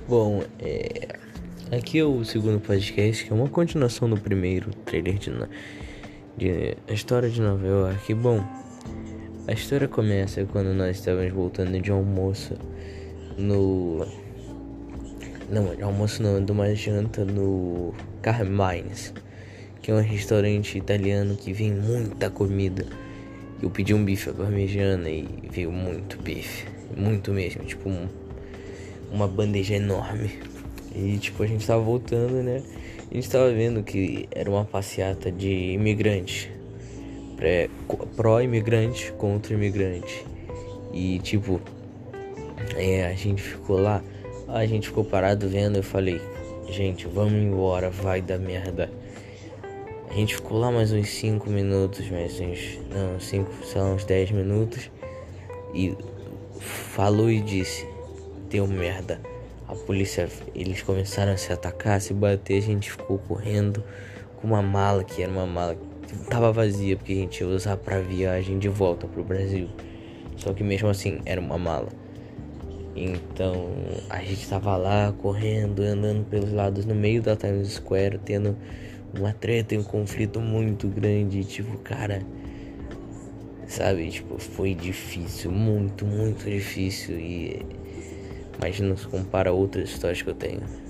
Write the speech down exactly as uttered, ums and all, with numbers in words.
Bom, é... aqui é o segundo podcast, que é uma continuação do primeiro trailer de, no... de a história de Nova York. Bom, a história começa quando nós estávamos voltando de almoço no... Não, de almoço não, de uma janta no Carmine's, que é um restaurante italiano que vem muita comida. Eu pedi um bife à parmegiana e veio muito bife, muito mesmo, tipo um, uma bandeja enorme. E tipo, a gente tava voltando, né? A gente tava vendo que era uma passeata de imigrantes, pré, pró-imigrante contra imigrante. E tipo, é, a gente ficou lá, a gente ficou parado vendo. Eu falei, gente, vamos embora, vai dar merda. A gente ficou lá mais uns cinco minutos, mais uns, não, cinco, sei lá, uns dez minutos. E falou e disse, deu merda. A polícia, eles começaram a se atacar, a se bater. A gente ficou correndo com uma mala, que era uma mala que tava vazia, porque a gente ia usar pra viagem de volta pro Brasil. Só que mesmo assim, era uma mala. Então, a gente tava lá, correndo, andando pelos lados, no meio da Times Square, tendo uma treta e um conflito muito grande. Tipo, cara, sabe, tipo, foi difícil, muito, muito difícil. E imagina se compara a outras histórias que eu tenho.